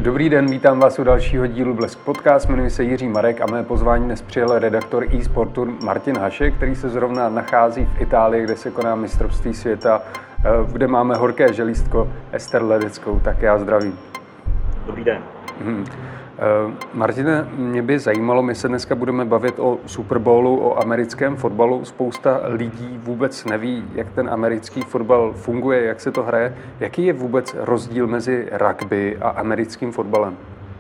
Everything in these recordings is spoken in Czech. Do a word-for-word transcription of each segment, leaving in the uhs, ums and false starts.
Dobrý den, vítám vás u dalšího dílu Blesk Podcast, jmenuji se Jiří Marek a mé pozvání dnes přijel redaktor e-sportu Martin Hašek, který se zrovna nachází v Itálii, kde se koná mistrovství světa, kde máme horké želízko Ester Ledeckou, tak já zdravím. Dobrý den. Hmm. Martine, mě by zajímalo, my se dneska budeme bavit o Super Bowlu, o americkém fotbalu. Spousta lidí vůbec neví, jak ten americký fotbal funguje, jak se to hraje. Jaký je vůbec rozdíl mezi rugby a americkým fotbalem?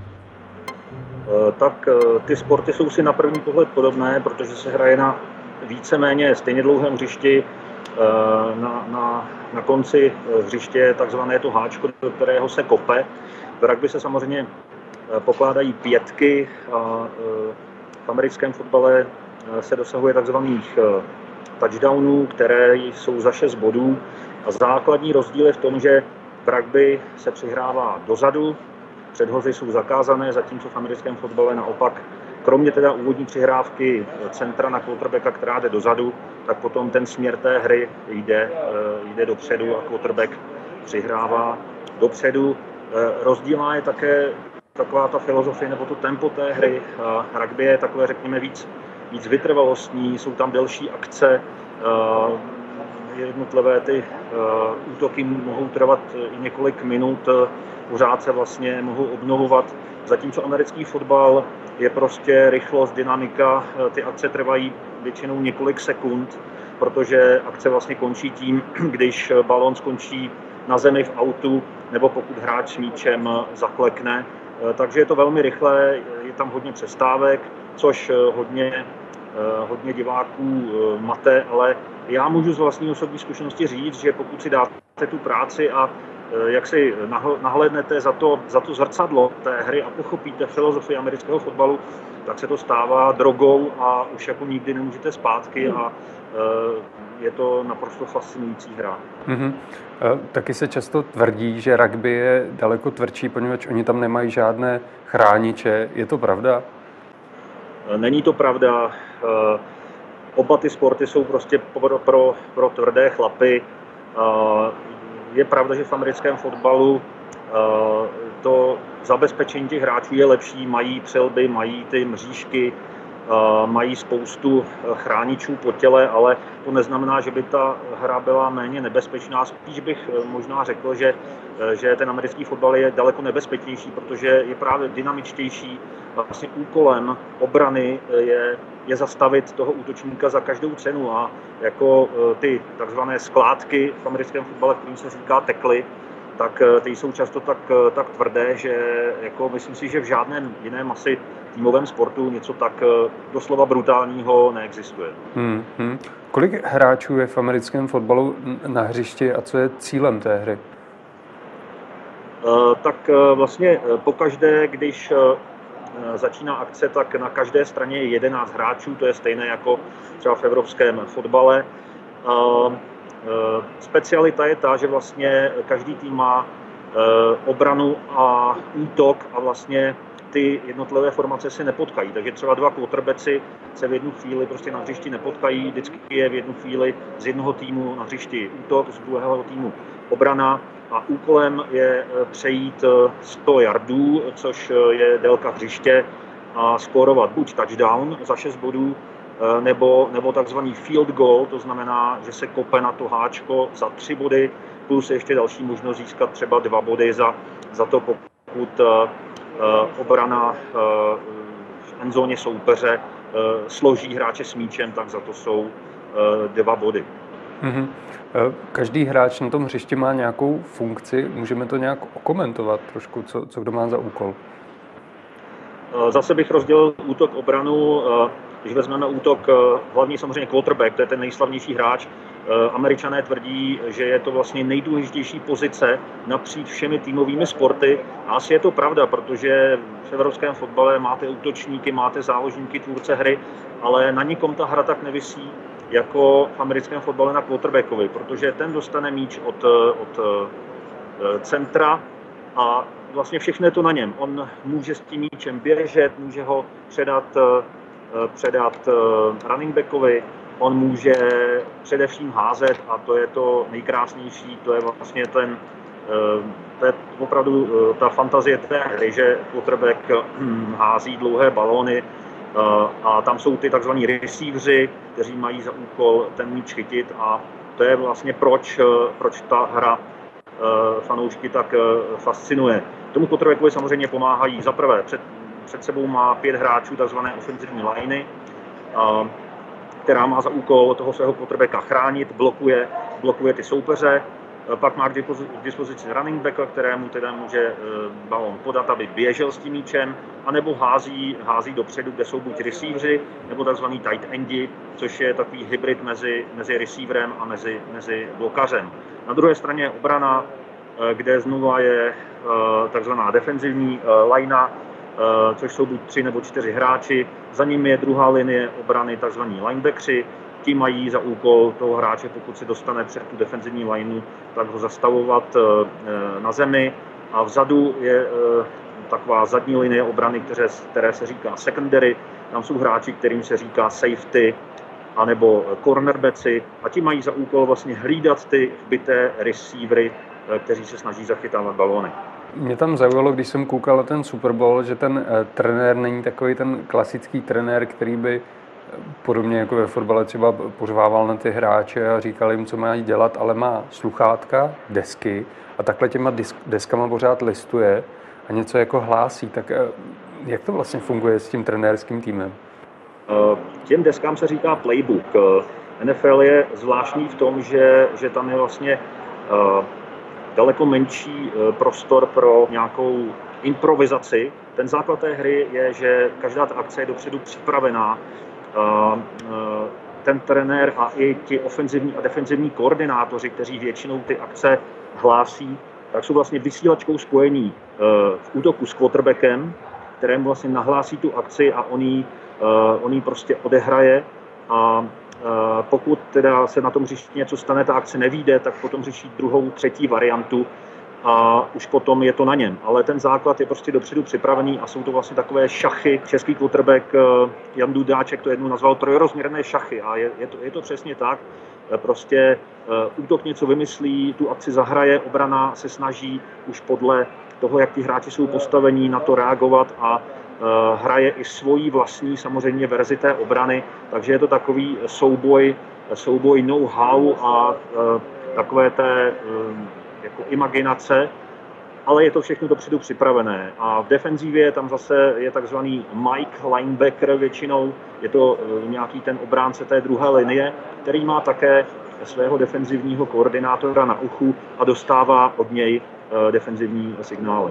Tak ty sporty jsou si na první pohled podobné, protože se hraje na víceméně stejně dlouhém hřišti. Na, na, na konci hřiště je takzvané to háčko, do kterého se kope. V rugby se samozřejmě pokládají pětky a v americkém fotbale se dosahuje takzvaných touchdownů, které jsou za šest bodů. A základní rozdíl je v tom, že v rugby se přihrává dozadu, předhozy jsou zakázané, zatímco v americkém fotbale naopak, kromě teda úvodní přihrávky centra na quarterbacka, která jde dozadu, tak potom ten směr té hry jde, jde dopředu a quarterback přihrává dopředu. Rozdílná je také taková ta filozofie nebo to tempo té hry. Rugby je takové, řekněme, víc, víc vytrvalostní, jsou tam delší akce, jednotlivé ty útoky mohou trvat i několik minut, pořád se vlastně mohou obnovovat, zatímco americký fotbal je prostě rychlost, dynamika, ty akce trvají většinou několik sekund, protože akce vlastně končí tím, když balón skončí na zemi v autu, nebo pokud hráč s míčem zaklekne. Takže je to velmi rychlé, je tam hodně přestávek, což hodně, hodně diváků mate, ale já můžu z vlastní osobní zkušenosti říct, že pokud si dáte tu práci a jak si nahlédnete za to, za to zrcadlo té hry a pochopíte filozofii amerického fotbalu, tak se to stává drogou a už jako nikdy nemůžete zpátky a je to naprosto fascinující hra. Mm-hmm. Taky se často tvrdí, že rugby je daleko tvrdší, poněvadž oni tam nemají žádné chrániče. Je to pravda? Není to pravda. Oba ty sporty jsou prostě pro, pro, pro tvrdé chlapy. Je pravda, že v americkém fotbalu to zabezpečení těch hráčů je lepší, mají přilby, mají ty mřížky, mají spoustu chráničů po těle, ale to neznamená, že by ta hra byla méně nebezpečná. Spíš bych možná řekl, že, že ten americký fotbal je daleko nebezpečnější, protože je právě dynamičtější. Vlastně úkolem obrany je, je zastavit toho útočníka za každou cenu a jako ty takzvané skládky v americkém fotbale, kterým se říká tackly, tak ty jsou často tak, tak tvrdé, že jako myslím si, že v žádném jiném asi týmovém sportu něco tak doslova brutálního neexistuje. Hmm, hmm. Kolik hráčů je v americkém fotbalu na hřišti a co je cílem té hry? Tak vlastně pokaždé, když začíná akce, tak na každé straně je jedenáct hráčů, to je stejné jako třeba v evropském fotbale. Specialita je ta, že vlastně každý tým má obranu a útok a vlastně ty jednotlivé formace se nepotkají. Takže třeba dva quarterbacki se v jednu chvíli prostě na hřišti nepotkají, vždycky je v jednu chvíli z jednoho týmu na hřišti útok, z druhého týmu obrana a úkolem je přejít sto yardů, což je délka hřiště a skórovat buď touchdown za šest bodů, nebo, nebo takzvaný field goal, to znamená, že se kope na to háčko za tři body, plus ještě další možnost získat třeba dva body za, za to, pokud uh, obrana uh, v endzóně soupeře uh, složí hráče s míčem, tak za to jsou uh, dva body. Mm-hmm. Každý hráč na tom hřišti má nějakou funkci, můžeme to nějak okomentovat trošku, co, co kdo má za úkol? Zase bych rozdělil útok obranu. Když vezmeme útok, hlavně samozřejmě quarterback, to je ten nejslavnější hráč. Američané tvrdí, že je to vlastně nejdůležitější pozice napříč všemi týmovými sporty. A asi je to pravda, protože v evropském fotbale máte útočníky, máte záložníky, tvůrce hry, ale na nikom ta hra tak nevisí jako v americkém fotbale na quarterbackovi, protože ten dostane míč od, od centra a vlastně všechno je to na něm. On může s tím míčem běžet, může ho předat, předat running backovi, on může především házet a to je to nejkrásnější, to je vlastně ten, to je opravdu ta fantazie té hry, že quarterback hází dlouhé balóny a tam jsou ty takzvaní receivři, kteří mají za úkol ten míč chytit a to je vlastně proč, proč ta hra fanoušky tak fascinuje. Tomu quarterbackovi samozřejmě pomáhají za prvé, před, před sebou má pět hráčů takzvané ofenzivní liney, která má za úkol toho svého quarterbacka chránit, blokuje, blokuje ty soupeře. Pak má k dispozici running backa, kterému teda může balón podat, aby běžel s tím míčem, anebo hází, hází dopředu, kde jsou buď receiveři, nebo takzvaný tight endi, což je takový hybrid mezi, mezi receiverem a mezi, mezi blokařem. Na druhé straně obrana, kde znova je takzvaná defenzivní linea, což jsou buď tři nebo čtyři hráči. Za nimi je druhá linie obrany, takzvaní linebackři. Ti mají za úkol toho hráče, pokud se dostane před tu defenzivní lineu, tak ho zastavovat na zemi. A vzadu je taková zadní linie obrany, které, které se říká secondary. Tam jsou hráči, kterým se říká safety anebo cornerbacki. A ti mají za úkol vlastně hlídat ty vbité receivery, kteří se snaží zachytávat balóny. Mě tam zaujalo, když jsem koukal na ten Super Bowl, že ten eh, trenér není takový ten klasický trenér, který by podobně jako ve fotbale třeba pořvával na ty hráče a říkal jim, co mají dělat, ale má sluchátka, desky a takhle těma disk, deskama pořád listuje a něco jako hlásí. Tak eh, jak to vlastně funguje s tím trenérským týmem? Těm deskám se říká playbook. N F L je zvláštní v tom, že, že tam je vlastně uh, daleko menší prostor pro nějakou improvizaci. Ten základ té hry je, že každá ta akce je dopředu připravená. Ten trenér a i ti ofenzivní a defenzivní koordinátoři, kteří většinou ty akce hlásí, tak jsou vlastně vysílačkou spojení v útoku s quarterbackem, kterému vlastně nahlásí tu akci a on ji, on ji prostě odehraje. A pokud teda se na tom hřišti něco stane, ta akce nevyjde, tak potom řeší druhou, třetí variantu a už potom je to na něm. Ale ten základ je prostě dopředu připravený a jsou to vlastně takové šachy. Český quarterback Jan Dudáček to jednou nazval trojrozměrné šachy a je, je, to, je to přesně tak. Prostě uh, útok něco vymyslí, tu akci zahraje, obrana se snaží už podle toho, jak ty hráči jsou postavení, na to reagovat a uh, hraje i svoji vlastní samozřejmě verzi té obrany, takže je to takový souboj, souboj know-how a uh, takové té uh, jako imaginace, ale je to všechno dopředu připravené. A v defenzivě tam zase je takzvaný Mike linebacker většinou, je to nějaký ten obránce té druhé linie, který má také svého defenzivního koordinátora na uchu a dostává od něj defenzivní signály.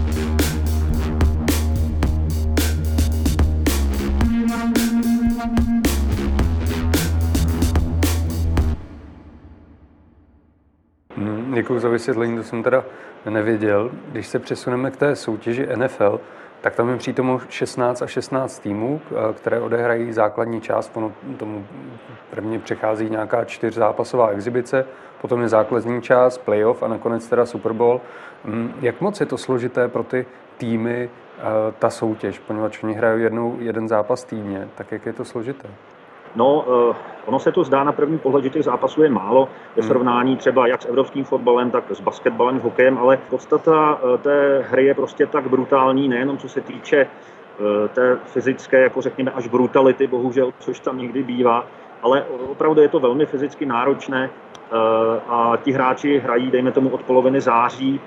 Děkuji za vysvětlení, to jsem teda nevěděl. Když se přesuneme k té soutěži N F L, tak tam je přítomno šestnáct a šestnáct týmů, které odehrají základní část. Ono tomu prvně přechází nějaká čtyřzápasová exibice, potom je základní část, playoff a nakonec teda Super Bowl. Jak moc je to složité pro ty týmy ta soutěž, poněvadž oni hrají jednou, jeden zápas týdně, tak jak je to složité? No, ono se to zdá na první pohled, že těch zápasů je málo ve srovnání třeba jak s evropským fotbalem, tak s basketbalem, hokejem, ale podstata té hry je prostě tak brutální, nejenom co se týče té fyzické, jako řekněme, až brutality, bohužel, což tam někdy bývá, ale opravdu je to velmi fyzicky náročné a ti hráči hrají, dejme tomu, od poloviny září,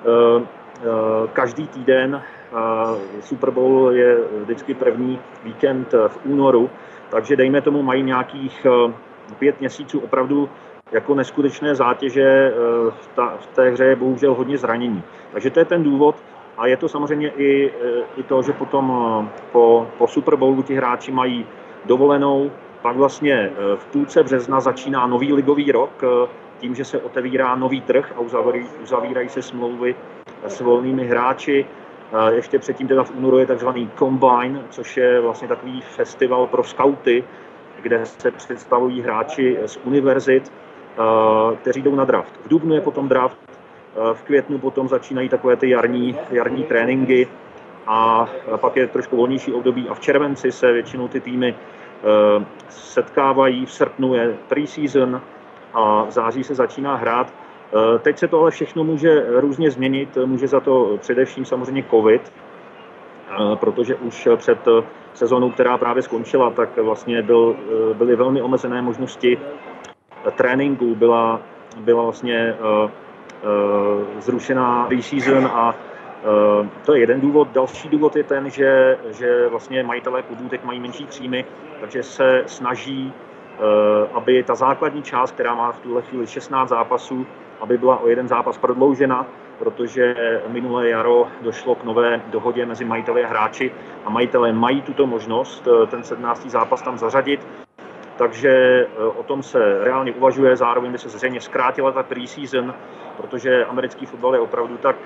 každý týden. Super Bowl je vždycky první víkend v únoru, takže dejme tomu mají nějakých pět měsíců opravdu jako neskutečné zátěže. V, ta, v té hře je bohužel hodně zranění. Takže to je ten důvod a je to samozřejmě i, i to, že potom po, po Super Bowlu ti hráči mají dovolenou, pak vlastně v půlce března začíná nový ligový rok tím, že se otevírá nový trh a uzavírají, uzavírají se smlouvy s volnými hráči. Ještě předtím teda v únoru je takzvaný Combine, což je vlastně takový festival pro skauty, kde se představují hráči z univerzit, kteří jdou na draft. V dubnu je potom draft, v květnu potom začínají takové ty jarní, jarní tréninky a pak je trošku volnější období a v červenci se většinou ty týmy setkávají, v srpnu je pre-season a v září se začíná hrát. Teď se to ale všechno může různě změnit, může za to především samozřejmě covid, protože už před sezónou, která právě skončila, tak vlastně byl, byly velmi omezené možnosti tréninku, byla, byla vlastně uh, uh, zrušená pre-season a uh, to je jeden důvod. Další důvod je ten, že, že vlastně majitelé klubů teď mají menší příjmy, takže se snaží, uh, aby ta základní část, která má v tuhle chvíli šestnáct zápasů, aby byla o jeden zápas prodloužena, protože minulé jaro došlo k nové dohodě mezi majiteli a hráči a majitelé mají tuto možnost ten sedmnáctý zápas tam zařadit. Takže o tom se reálně uvažuje, zároveň by se zřejmě zkrátila ta pre-season, protože americký fotbal je opravdu tak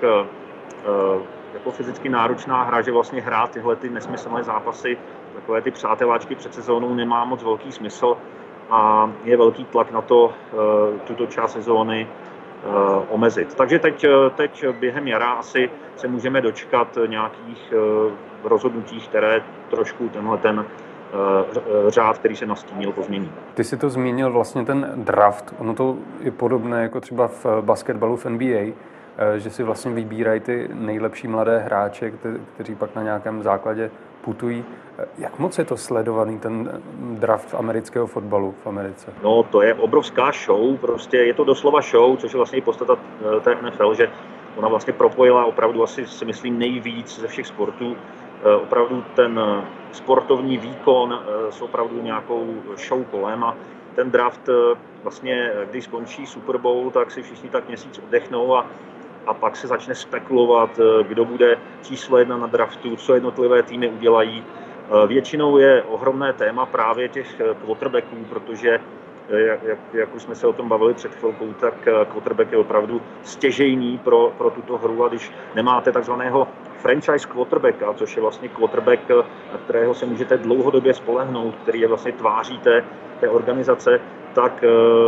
jako fyzicky náročná hra, že vlastně hrát tyhle ty nesmyslné zápasy, takové ty přáteláčky před sezónou nemá moc velký smysl a je velký tlak na to tuto část sezóny omezit. Takže teď, teď během jara asi se můžeme dočkat nějakých rozhodnutí, které trošku tenhle ten řád, který se nastínil, pozmění. Ty si to zmínil vlastně ten draft. Ono to je podobné jako třeba v basketbalu v N B A, že si vlastně vybírají ty nejlepší mladé hráče, kteří pak na nějakém základě putují. Jak moc je to sledovaný, ten draft amerického fotbalu v Americe? No, to je obrovská show, prostě je to doslova show, což je vlastně i podstata té N F L, že ona vlastně propojila opravdu asi si myslím nejvíc ze všech sportů. Opravdu ten sportovní výkon s opravdu nějakou show kolem a ten draft vlastně, když skončí Super Bowl, tak si všichni tak měsíc oddechnou a a pak se začne spekulovat, kdo bude číslo jedna na draftu, co jednotlivé týmy udělají. Většinou je ohromné téma právě těch quarterbacků, protože, jak, jak, jak už jsme se o tom bavili před chvilkou, tak quarterback je opravdu stěžejní pro, pro tuto hru a když nemáte takzvaného franchise quarterbacka, což je vlastně quarterback, na kterého se můžete dlouhodobě spolehnout, který je vlastně tváří té, té organizace, tak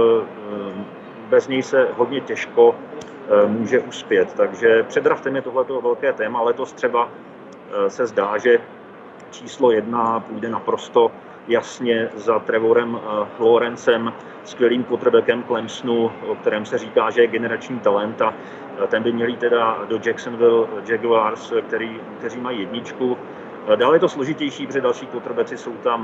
bez něj se hodně těžko může uspět. Takže před draftem je tohleto velké téma. Letos třeba se zdá, že číslo jedna půjde naprosto jasně za Trevorem Lawrencem, skvělým quarterbackem Clemsonu, o kterém se říká, že je generační talent a ten by měli teda do Jacksonville Jaguars, který, kteří mají jedničku. Dále je to složitější, protože další quarterbacki jsou tam,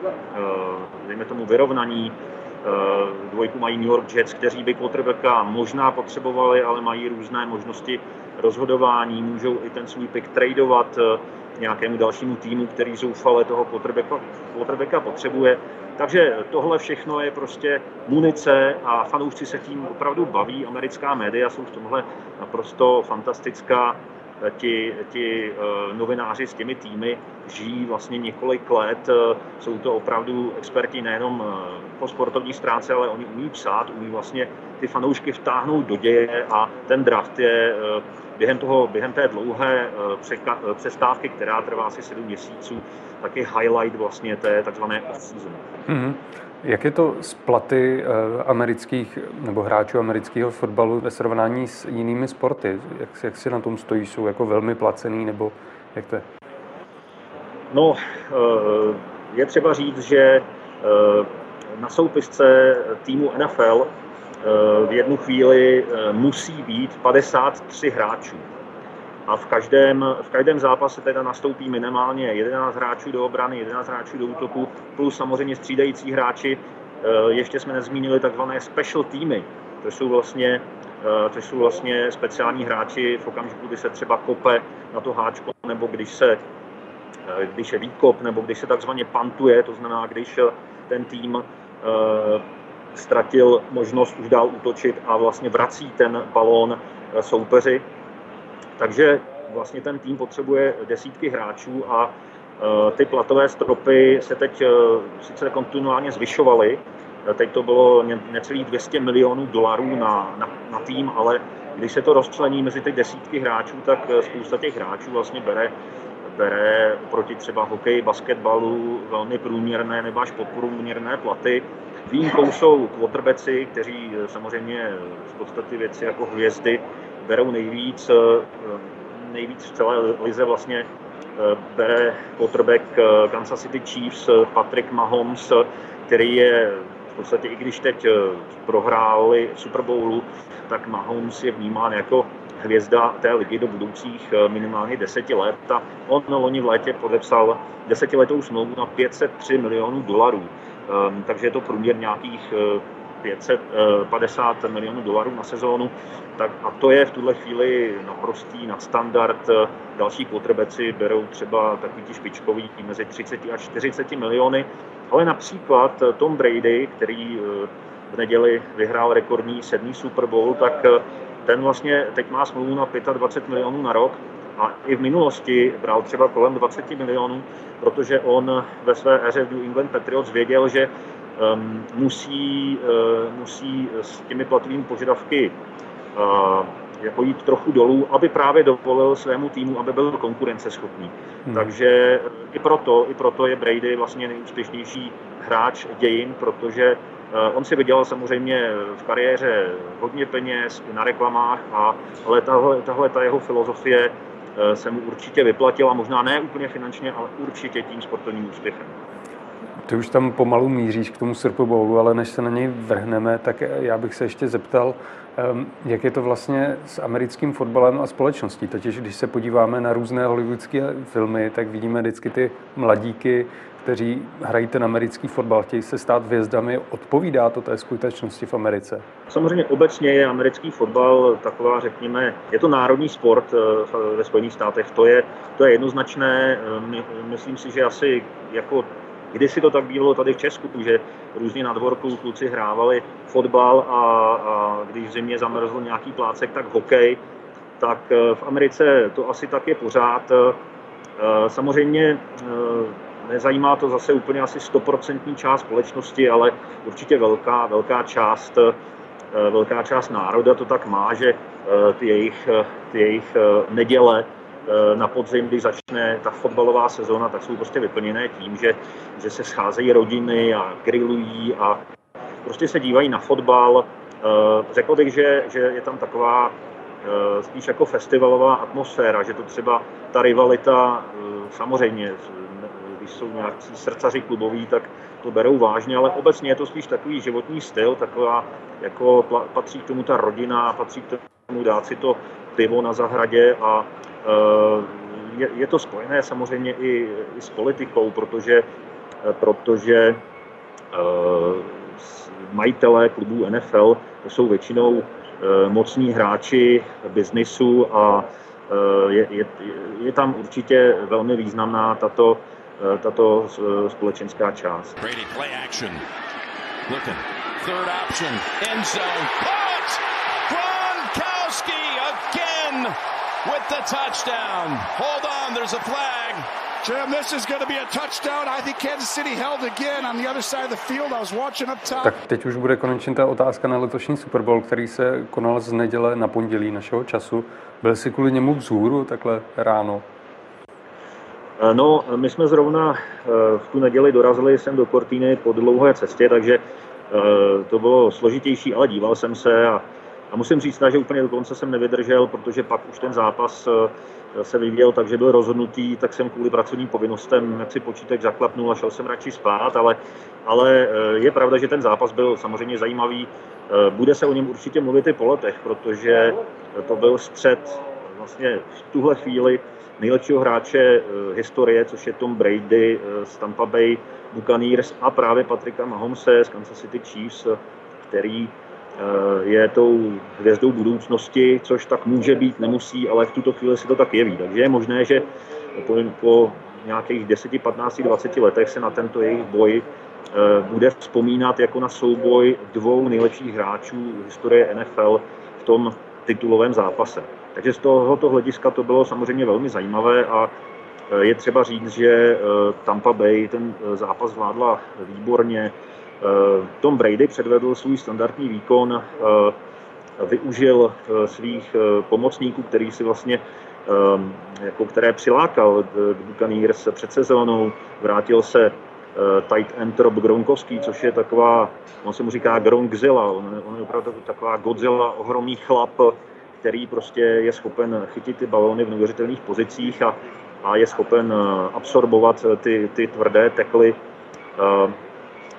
dejme tomu, vyrovnaní. Dvojku mají New York Jets, kteří by quarterbacka možná potřebovali, ale mají různé možnosti rozhodování, můžou i ten svůj pick tradovat nějakému dalšímu týmu, který zoufale toho quarterbacka, quarterbacka potřebuje. Takže tohle všechno je prostě munice a fanoušci se tím opravdu baví. Americká média jsou v tomhle naprosto fantastická. Ti, ti novináři s těmi týmy žijí vlastně několik let. Jsou to opravdu experti nejenom po sportovní stránce, ale oni umí psát, umí vlastně ty fanoušky vtáhnout do děje a ten draft je během, toho, během té dlouhé přestávky, která trvá asi sedm měsíců, taky highlight vlastně té takzvané off-season. Mm-hmm. Jak je to s platy amerických nebo hráčů amerického fotbalu ve srovnání s jinými sporty? Jak, jak si na tom stojí? Jsou jako velmi placený nebo jak to je? No, je třeba říct, že na soupisce týmu N F L v jednu chvíli musí být padesát tři hráčů. A v každém, v každém zápase teda nastoupí minimálně jedenáct hráčů do obrany, jedenáct hráčů do útoku, plus samozřejmě střídající hráči. Ještě jsme nezmínili takzvané special týmy, to jsou vlastně, to jsou vlastně speciální hráči v okamžiku, kdy se třeba kope na to háčko, nebo když, se, když je výkop, nebo když se takzvaně pantuje, to znamená, když ten tým ztratil možnost už dál útočit a vlastně vrací ten balón soupeři. Takže vlastně ten tým potřebuje desítky hráčů a ty platové stropy se teď sice kontinuálně zvyšovaly. Teď to bylo necelých dvě stě milionů dolarů na, na, na tým, ale když se to rozčlení mezi ty desítky hráčů, tak spousta těch hráčů vlastně bere, bere proti třeba hokeji, basketbalu velmi průměrné nebo až podprůměrné platy. Výjimkou jsou quarterbacki, kteří samozřejmě v podstatě věci jako hvězdy berou nejvíc, nejvíc v celé lize vlastně bere quarterback Kansas City Chiefs Patrick Mahomes, který je v podstatě i když teď prohráli Super Bowlu, tak Mahomes je vnímán jako hvězda té ligy do budoucích minimálně deseti let a on loni v létě podepsal desetiletou smlouvu na pět set tři milionů dolarů. Takže je to průměr nějakých pět set padesát milionů dolarů na sezónu. Tak a to je v tuhle chvíli naprostý nadstandard. Další quarterbacki berou třeba takový ti špičkový mezi třicet a čtyřicet miliony. Ale například Tom Brady, který v neděli vyhrál rekordní sedmý Super Bowl, tak ten vlastně teď má smlouvu na dvacet pět milionů na rok a i v minulosti bral třeba kolem dvacet milionů, protože on ve své éře v New England Patriots věděl, že um, musí, uh, musí s těmi platovými požadavky uh, jako jít trochu dolů, aby právě dovolil svému týmu, aby byl konkurenceschopný. Hmm. Takže i proto, i proto je Brady vlastně nejúspěšnější hráč dějin, protože on si vydělal samozřejmě v kariéře hodně peněz na reklamách, a, ale tahle, tahle ta jeho filozofie se mu určitě vyplatila, možná ne úplně finančně, ale určitě tím sportovním úspěchem. Ty už tam pomalu míříš k tomu Super Bowlu, ale než se na něj vrhneme, tak já bych se ještě zeptal, jak je to vlastně s americkým fotbalem a společností. Totiž, když se podíváme na různé hollywoodské filmy, tak vidíme vždycky ty mladíky, kteří hrají ten americký fotbal, chtějí se stát hvězdami. Odpovídá to té skutečnosti v Americe? Samozřejmě obecně je americký fotbal taková, řekněme, je to národní sport ve Spojených státech. To je, to je jednoznačné. Myslím si, že asi jako kdysi to tak bývalo tady v Česku, že různě na dvorku kluci hrávali fotbal a, a když v zimě zamrzl nějaký plácek, tak hokej. Tak v Americe to asi tak je pořád. Samozřejmě nezajímá to zase úplně asi stoprocentní část společnosti, ale určitě velká, velká část, velká část národa to tak má, že ty jejich, ty jejich neděle na podzim, když začne ta fotbalová sezóna, tak jsou prostě vyplněné tím, že, že se scházejí rodiny a grillují a prostě se dívají na fotbal. Řekl bych, že, že je tam taková spíš jako festivalová atmosféra, že to třeba ta rivalita, samozřejmě, když jsou nějaký srdcaři kluboví, tak to berou vážně, ale obecně je to spíš takový životní styl, taková, jako patří k tomu ta rodina, patří k tomu dát si to pivo na zahradě a je, je to spojené samozřejmě i, i s politikou, protože, protože majitelé klubů N F L jsou většinou mocní hráči biznisu a je, je, je tam určitě velmi významná tato, tato společenská část. Brady, play action. Looking. Third option. End zone. Caught! Gronkowski again with the touchdown. Hold on, there's a flag. Jim, this is going to be a touchdown. I think Kansas City held again on the other side of the field. I was watching up top. Tak teď už bude konečně ta otázka na letošní Super Bowl, který se konal z neděle na pondělí našeho času. Byl jsi kvůli němu vzhůru takhle ráno? No, my jsme zrovna v tu neděli dorazili sem do Cortiny po dlouhé cestě, takže to bylo složitější, ale díval jsem se a, a musím říct, že úplně do konce jsem nevydržel, protože pak už ten zápas se vyvíjel, takže byl rozhodnutý, tak jsem kvůli pracovním povinnostem jak si počítač zaklapnul a šel jsem radši spát, ale, ale je pravda, že ten zápas byl samozřejmě zajímavý. Bude se o něm určitě mluvit i po letech, protože to byl střet vlastně v tuhle chvíli nejlepšího hráče historie, což je Tom Brady z Tampa Bay Buccaneers a právě Patricka Mahomese z Kansas City Chiefs, který je tou hvězdou budoucnosti, což tak může být, nemusí, ale v tuto chvíli si to tak jeví. Takže je možné, že po, po nějakých deset, patnáct, dvacet letech se na tento jejich boj bude vzpomínat jako na souboj dvou nejlepších hráčů historie N F L v tom titulovém zápase. Takže z tohoto hlediska to bylo samozřejmě velmi zajímavé a je třeba říct, že Tampa Bay ten zápas zvládla výborně. Tom Brady předvedl svůj standardní výkon, využil svých pomocníků, který si vlastně, jako které přilákal k Buccaneers před sezónou. Vrátil se tight end Rob Gronkowski, což je taková, on se mu říká Gronkzilla, on, on je opravdu taková Godzilla, ohromný chlap, který prostě je schopen chytit ty balóny v neuvěřitelných pozicích a, a je schopen absorbovat ty, ty tvrdé tekly.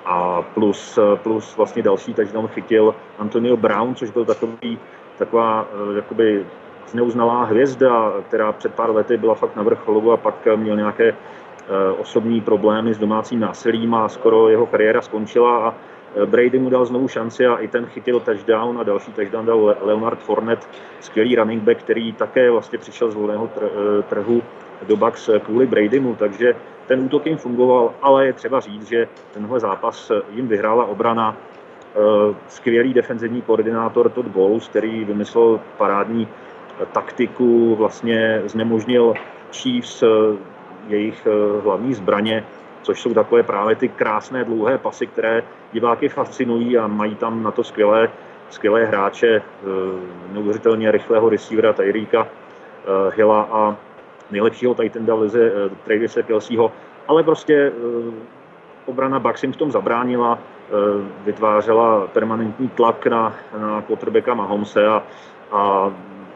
a plus, plus vlastně další touchdown chytil Antonio Brown, což byl takový, taková jakoby zneuznalá hvězda, která před pár lety byla fakt na vrcholu a pak měl nějaké osobní problémy s domácím násilím a skoro jeho kariéra skončila a Brady mu dal znovu šanci a i ten chytil touchdown a další touchdown dal Leonard Fournette, skvělý running back, který také vlastně přišel z volného trhu do Bucks kvůli Bradymu, takže ten útok jim fungoval, ale je třeba říct, že tenhle zápas jim vyhrála obrana. Skvělý defenzivní koordinátor Todd Bowles, který vymyslel parádní taktiku, vlastně znemožnil Chiefs jejich hlavní zbraně, což jsou takové právě ty krásné dlouhé pasy, které diváky fascinují a mají tam na to skvělé, skvělé hráče, neuvěřitelně rychlého receivera Tyreeka Hilla a nejlepšího tight enda v lize Travise Kelceho, ale prostě obrana Bucks jim v tom zabránila, vytvářela permanentní tlak na, na quarterbacka Mahomese a, a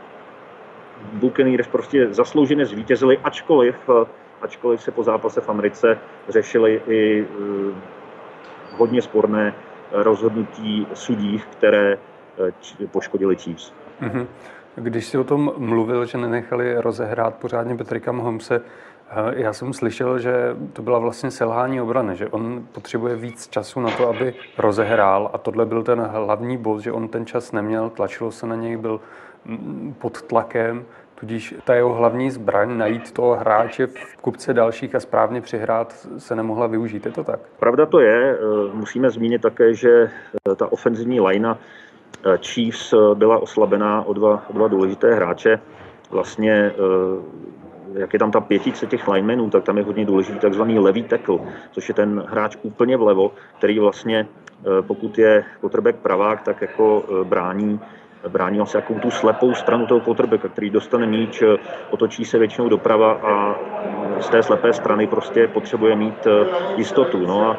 Buccaneers prostě zaslouženě zvítězili, ačkoliv, ačkoliv se po zápase v Americe řešili i uh, hodně sporné rozhodnutí sudích, které uh, poškodili Chiefs. Mm-hmm. Když si o tom mluvil, že nenechali rozehrát pořádně Patricka Mahomese, já jsem slyšel, že to byla vlastně selhání obrany, že on potřebuje víc času na to, aby rozehrál a tohle byl ten hlavní bod, že on ten čas neměl, tlačilo se na něj, byl pod tlakem, tudíž ta jeho hlavní zbraň najít toho hráče v kupce dalších a správně přihrát se nemohla využít. Je to tak? Pravda to je. Musíme zmínit také, že ta ofenzivní linea Chiefs byla oslabená o dva, o dva důležité hráče. Vlastně jak je tam ta pětice těch linemenů, tak tam je hodně důležitý takzvaný levý tackle, což je ten hráč úplně vlevo, který vlastně, pokud je quarterback pravák, tak jako brání brání vlastně jakou tu slepou stranu toho quarterbacka, který dostane míč, otočí se většinou doprava a z té slepé strany prostě potřebuje mít jistotu. No a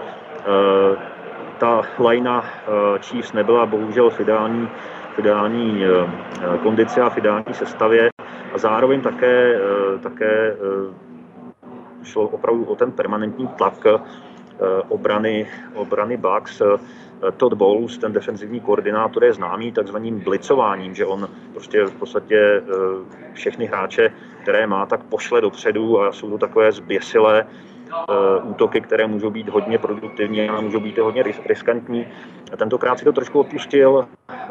ta linea Chiefs nebyla bohužel v ideální, v ideální kondici a v ideální sestavě a zároveň také, také šlo opravdu o ten permanentní tlak obrany, obrany Bucks. Todd Bowles, ten defenzivní koordinátor, je známý takzvaným blicováním, že on prostě v podstatě všechny hráče, které má, tak pošle dopředu a jsou to takové zběsilé útoky, které můžou být hodně produktivní a můžou být hodně riskantní. Tentokrát si to trošku odpustil,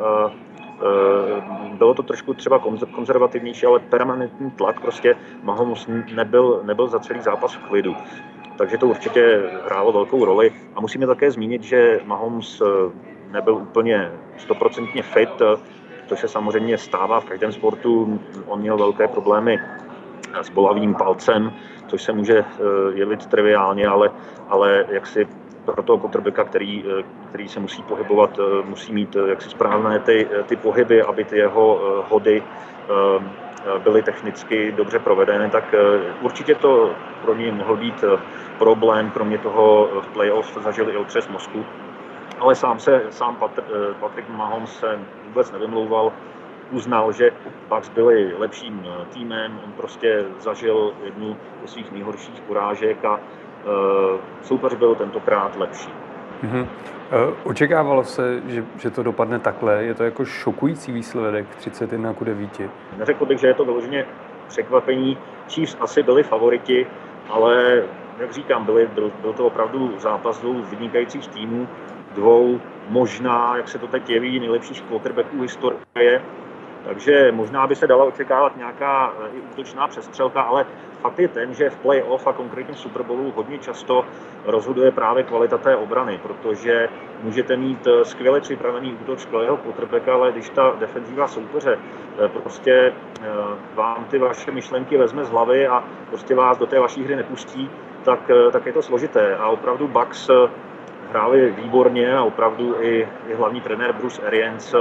bylo to trošku třeba konzervativnější, ale permanentní tlak, prostě Mahomes nebyl, nebyl za celý zápas v klidu. Takže to určitě hrálo velkou roli. A musíme také zmínit, že Mahomes nebyl úplně stoprocentně fit, což se samozřejmě stává v každém sportu. On měl velké problémy s bolavým palcem, což se může jevit triviálně, ale, ale jaksi pro toho quarterbacka, který, který se musí pohybovat, musí mít jaksi správné ty, ty pohyby, aby ty jeho hody byly technicky dobře provedeny, tak určitě to pro něj mohl být problém. Kromě toho v playoff zažil i otřes mozku. Ale sám se, sám Patr, Patrick Mahomes se vůbec nevymlouval. Uznal, že Bucks byli lepším týmem. On prostě zažil jednu ze svých nejhorších porážek a uh, soupeř byl tentokrát lepší. Mm-hmm. Očekávalo se, že, že to dopadne takhle? Je to jako šokující výsledek třicet jedna ku devíti? Neřekl bych, že je to vyloženě překvapení. Chiefs asi byli favoriti, ale jak říkám, byli, byl, byl to opravdu zápas dvou vynikajících týmů, dvou možná, jak se to teď jeví, nejlepších quarterbacků historie. Takže možná by se dala očekávat nějaká i útočná přestřelka, ale fakt je ten, že v play-off a konkrétně v Super Bowlu hodně často rozhoduje právě kvalita té obrany, protože můžete mít skvěle připravený útok skvělého quarterbacka, ale když ta defenzíva soupeře prostě vám ty vaše myšlenky vezme z hlavy a prostě vás do té vaší hry nepustí, tak, tak je to složité. A opravdu Bucks hráli výborně a opravdu i, i hlavní trenér Bruce Arians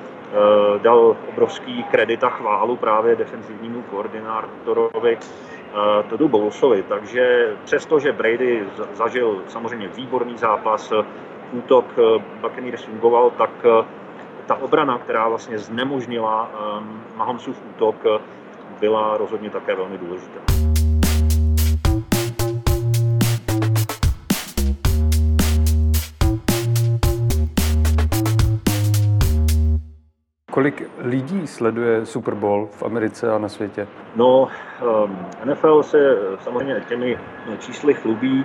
dal obrovský kredit a chválu právě defenzivnímu koordinátorovi Toddu Bowlesovi. Takže přesto, že Brady zažil samozřejmě výborný zápas, útok Buccaneers fungoval, tak ta obrana, která vlastně znemožnila Mahomesův útok, byla rozhodně také velmi důležitá. Kolik lidí sleduje Super Bowl v Americe a na světě? No, N F L se samozřejmě těmi čísly chlubí.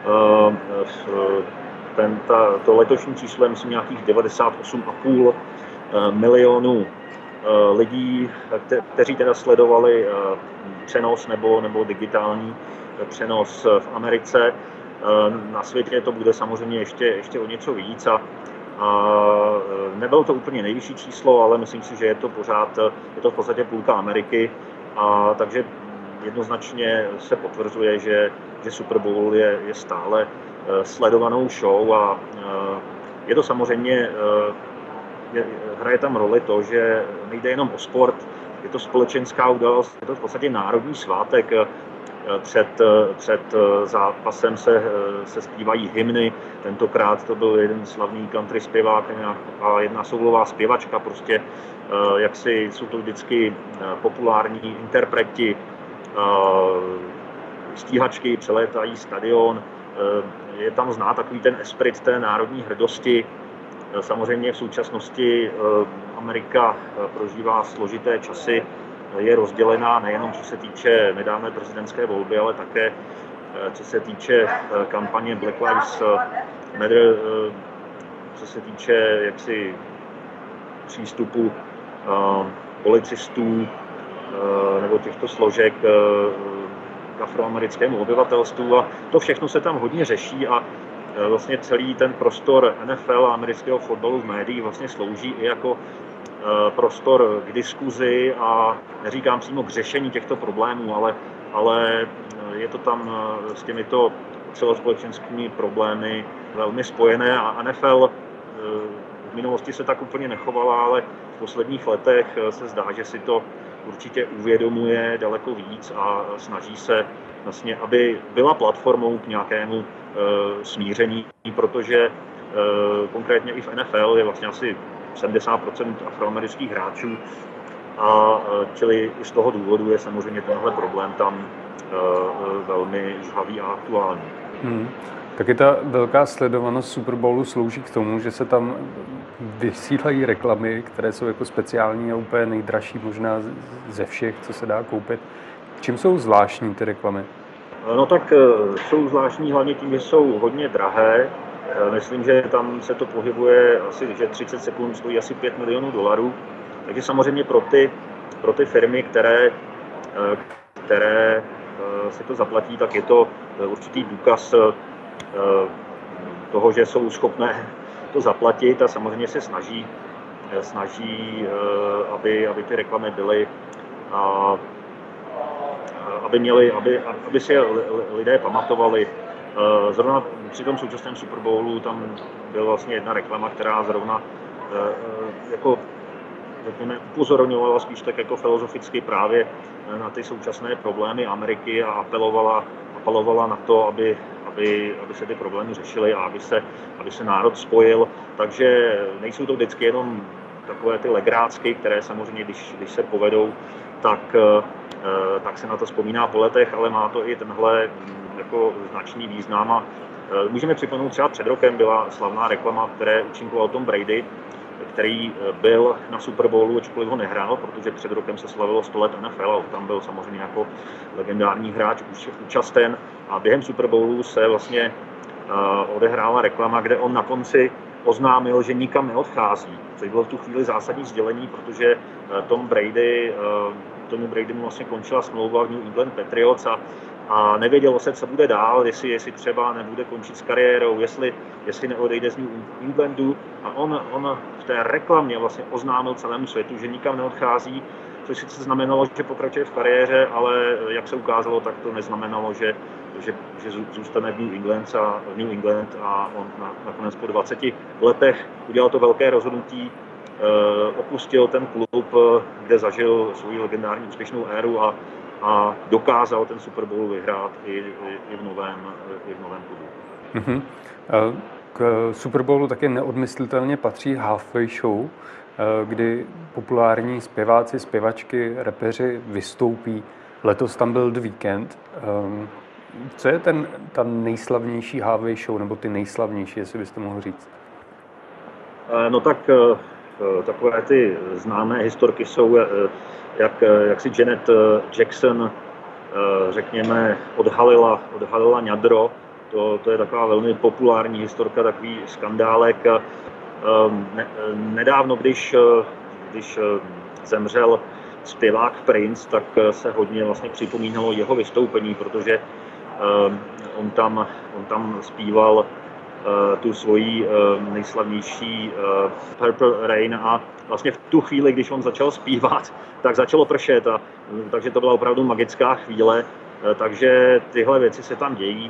Ten, ta, to letošní číslo je myslím nějakých devadesát osm a půl milionů lidí, kte, kteří teda sledovali přenos nebo, nebo digitální přenos v Americe. Na světě to bude samozřejmě ještě, ještě o něco víc a, a nebylo to úplně nejvyšší číslo, ale myslím si, že je to pořád, je to v podstatě půlka Ameriky, a takže jednoznačně se potvrzuje, že, že Super Bowl je, je stále sledovanou show a je to samozřejmě, je, hraje tam roli to, že nejde jenom o sport, je to společenská událost, je to v podstatě národní svátek. Před, před zápasem se, se zpívají hymny, tentokrát to byl jeden slavný country zpěvák a jedna soulová zpěvačka, prostě jak si jsou to vždycky populární interpreti, stíhačky přelétají stadion, je tam znát takový ten esprit té národní hrdosti. Samozřejmě v současnosti Amerika prožívá složité časy, je rozdělená nejenom co se týče nedávné prezidentské volby, ale také co se týče kampaně Black Lives Matter, co se týče jaksi přístupu policistů nebo těchto složek k afroamerickému obyvatelstvu. A to všechno se tam hodně řeší a vlastně celý ten prostor N F L a amerického fotbalu v médiích vlastně slouží i jako prostor k diskuzi a neříkám přímo k řešení těchto problémů, ale, ale je to tam s těmito celospolečenskými problémy velmi spojené a N F L v minulosti se tak úplně nechovala, ale v posledních letech se zdá, že si to určitě uvědomuje daleko víc a snaží se vlastně, aby byla platformou k nějakému uh, smíření, protože uh, konkrétně i v N F L je vlastně asi sedmdesát procent afroamerických hráčů a čili i z toho důvodu je samozřejmě tenhle problém tam uh, velmi žhavý a aktuální. Hmm. Taky ta velká sledovanost Super Bowlu slouží k tomu, že se tam vysílají reklamy, které jsou jako speciální a úplně nejdražší možná ze všech, co se dá koupit. Čím jsou zvláštní ty reklamy? No tak jsou zvláštní hlavně tím, že jsou hodně drahé. Myslím, že tam se to pohybuje asi, že třicet sekund stojí asi pět milionů dolarů. Takže samozřejmě pro ty, pro ty firmy, které, které si to zaplatí, tak je to určitý důkaz toho, že jsou schopné to zaplatit a samozřejmě se snaží, snaží aby, aby ty reklamy byly a aby, měli, aby, aby si lidé pamatovali. Zrovna při tom současném Super Bowlu tam byla vlastně jedna reklama, která zrovna jako řekněme, upozorňovala spíš tak jako filozoficky právě na ty současné problémy Ameriky a apelovala, apelovala na to, aby, aby, aby se ty problémy řešily a aby se, aby se národ spojil. Takže nejsou to vždycky jenom takové ty legrácky, které samozřejmě, když, když se povedou, tak, tak se na to vzpomíná po letech, ale má to i tenhle jako značný význam. A můžeme připomenout, třeba před rokem byla slavná reklama, které účinkoval Tom Brady, který byl na Super Bowlu, ačkoliv ho nehrál, protože před rokem se slavilo sto let N F L a tam byl samozřejmě jako legendární hráč účasten. A během Super Bowlu se vlastně odehrála reklama, kde on na konci oznámil, že nikam neodchází, což bylo v tu chvíli zásadní sdělení, protože Tom Brady, Tomu Bradymu vlastně končila smlouva v New England Patriots a, a nevědělo se, co bude dál, jestli, jestli třeba nebude končit s kariérou, jestli, jestli neodejde z New Englandu. A on, on v té reklamě vlastně oznámil celému světu, že nikam neodchází, což sice znamenalo, že pokračuje v kariéře, ale jak se ukázalo, tak to neznamenalo, že, že, že zůstane v New England a, v New England a on na, nakonec po dvaceti letech udělal to velké rozhodnutí, uh, opustil ten klub, kde zažil svou legendární úspěšnou éru a, a dokázal ten Super Bowl vyhrát i, i, i, v, novém, i v novém klubu. Mm-hmm. K Super Bowlu také neodmyslitelně patří halfway show, kdy populární zpěváci, zpěvačky, rapeři vystoupí. Letos tam byl The Weeknd. Co je ten, ta nejslavnější halfway show, nebo ty nejslavnější, jestli byste mohl říct? No tak takové ty známé historky jsou, jak, jak si Janet Jackson, řekněme, odhalila, odhalila ňadro. To, to je taková velmi populární historka, takový skandálek. Ne, nedávno, když, když zemřel zpěvák Prince, tak se hodně vlastně připomínalo jeho vystoupení, protože on tam, on tam zpíval tu svoji nejslavnější Purple Rain a vlastně v tu chvíli, když on začal zpívat, tak začalo pršet, a, takže to byla opravdu magická chvíle, takže tyhle věci se tam dějí.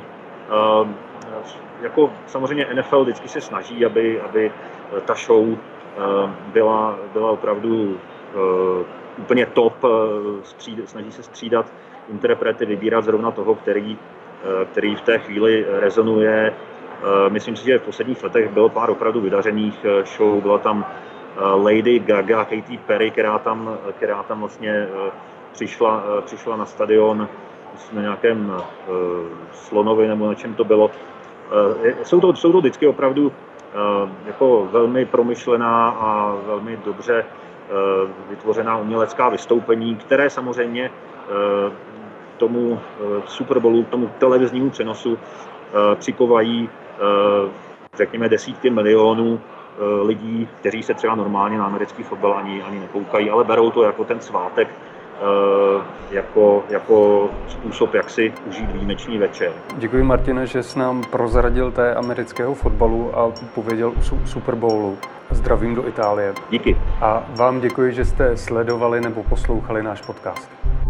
Jako samozřejmě N F L vždycky se snaží, aby, aby ta show byla, byla opravdu úplně top, stříd, snaží se střídat interprety, vybírat zrovna toho, který, který v té chvíli rezonuje. Myslím si, že v posledních letech bylo pár opravdu vydařených show, byla tam Lady Gaga, Katy Perry, která tam, která tam vlastně přišla, přišla na stadion na nějakém slonovi nebo na čem to bylo. Jsou to, jsou to vždycky opravdu jako velmi promyšlená a velmi dobře vytvořená umělecká vystoupení, které samozřejmě tomu Super Bowlu, tomu televiznímu přenosu přikovají, řekněme, desítky milionů lidí, kteří se třeba normálně na americký fotbal ani, ani nekoukají, ale berou to jako ten svátek, jako, jako způsob, jak si užít výjimečný večer. Děkuji, Martine, že jsi nám prozradil té amerického fotbalu a pověděl o Super Bowlu. Zdravím do Itálie. Díky. A vám děkuji, že jste sledovali nebo poslouchali náš podcast.